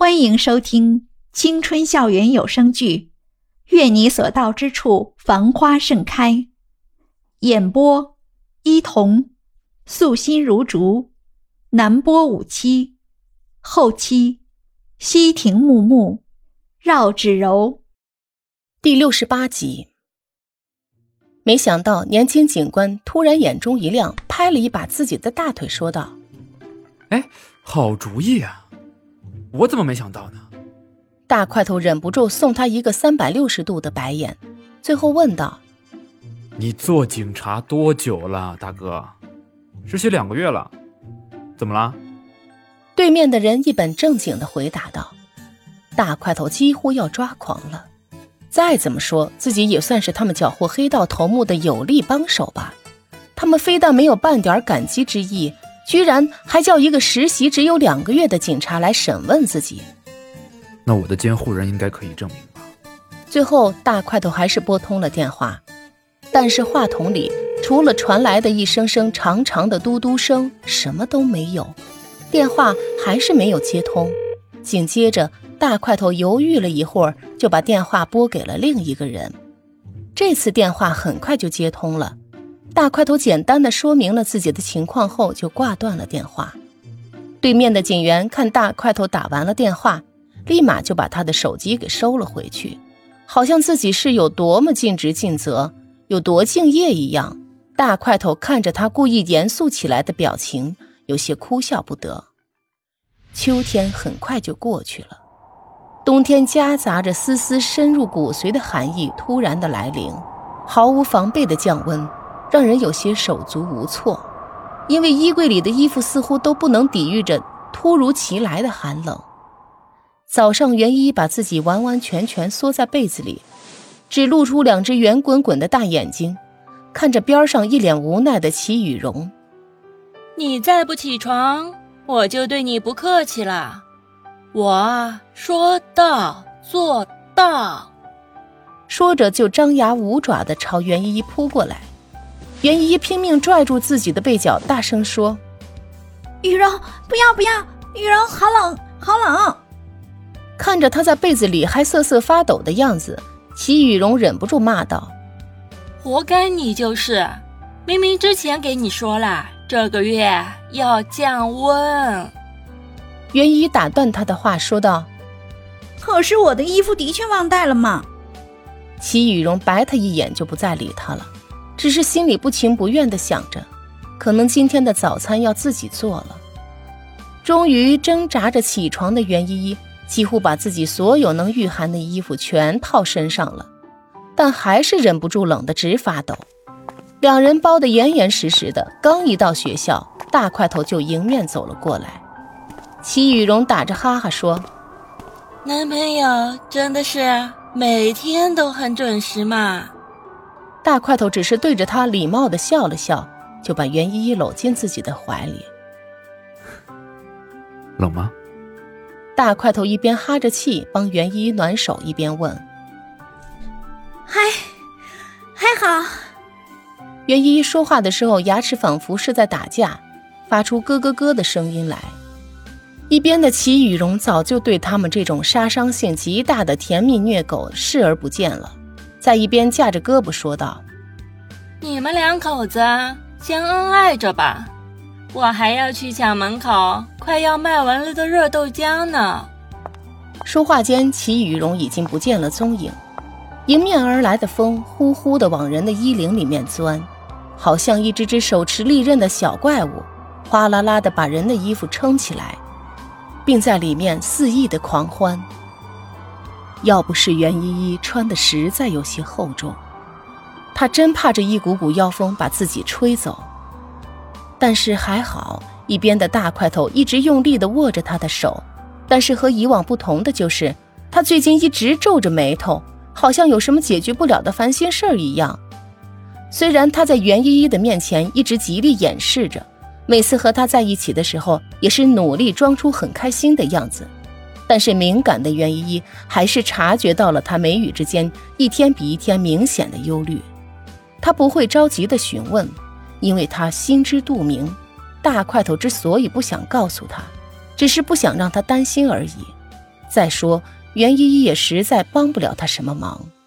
欢迎收听青春校园有声剧《愿你所到之处繁花盛开》，演播伊童，素心如竹，南波57，后期西亭木木，绕指柔。 第68集。没想到年轻警官突然眼中一亮，拍了一把自己的大腿说道： 好主意啊，我怎么没想到呢？ 大块头忍不住送他一个360度的白眼，最后问道： 你做警察多久了，大哥？实习2个月了，怎么了？ 对面的人一本正经地回答道。大块头几乎要抓狂了，再怎么说自己也算是他们缴获黑道头目的有力帮手吧，他们非但没有半点感激之意，居然还叫一个实习只有2个月的警察来审问自己。 那我的监护人应该可以证明吧。 最后大块头还是拨通了电话，但是话筒里除了传来的一声声长长的嘟嘟声，什么都没有，电话还是没有接通。紧接着大块头犹豫了一会儿，就把电话拨给了另一个人。这次电话很快就接通了，大块头简单的说明了自己的情况后就挂断了电话。对面的警员看大块头打完了电话，立马就把他的手机给收了回去，好像自己是有多么尽职尽责，有多敬业一样。大块头看着他故意严肃起来的表情，有些哭笑不得。秋天很快就过去了，冬天夹杂着丝丝深入骨髓的寒意突然的来临，毫无防备的降温让人有些手足无措，因为衣柜里的衣服似乎都不能抵御着突如其来的寒冷。早上袁一把自己完完全全缩在被子里，只露出2只圆滚滚的大眼睛，看着边上一脸无奈的齐雨荣。 你再不起床，我就对你不客气了。我说到做到。 说着就张牙舞爪地朝袁依依扑过来。袁依依拼命拽住自己的被角，大声说： 雨柔，不要，雨柔好冷好冷。 看着他在被子里还瑟瑟发抖的样子，齐雨荣忍不住骂道： 活该你就是，明明之前给你说了这个月要降温。 袁依依打断他的话说道： 可是我的衣服的确忘带了嘛。 齐雨荣白他一眼就不再理他了，只是心里不情不愿地想着，可能今天的早餐要自己做了。终于挣扎着起床的袁依依几乎把自己所有能御寒的衣服全套身上了，但还是忍不住冷得直发抖。2人包得严严实实的，刚一到学校，大块头就迎面走了过来。齐雨荣打着哈哈说： 男朋友真的是每天都很准时嘛。 大块头只是对着他礼貌地笑了笑，就把袁依依搂进自己的怀里。 冷吗？ 大块头一边哈着气帮袁依依暖手，一边问： 还好。 袁依依说话的时候牙齿仿佛是在打架，发出咯咯咯的声音来。一边的齐雨荣早就对他们这种杀伤性极大的甜蜜虐狗视而不见了，在一边架着胳膊说道： 你们2口子先恩爱着吧，我还要去抢门口快要卖完了的热豆浆呢。 说话间，齐雨荣已经不见了踪影，迎面而来的风呼呼地往人的衣领里面钻，好像一只手持利刃的小怪物，哗啦啦地把人的衣服撑起来，并在里面肆意地狂欢。要不是袁依依穿的实在有些厚重，她真怕这一股股妖风把自己吹走。但是还好，一边的大块头一直用力地握着她的手，但是和以往不同的就是，他最近一直皱着眉头，好像有什么解决不了的烦心事儿一样。虽然他在袁依依的面前一直极力掩饰着，每次和他在一起的时候也是努力装出很开心的样子，但是敏感的袁依依还是察觉到了他眉宇之间一天比一天明显的忧虑。他不会着急地询问，因为他心知肚明，大块头之所以不想告诉他，只是不想让他担心而已。 再说袁依依也实在帮不了他什么忙。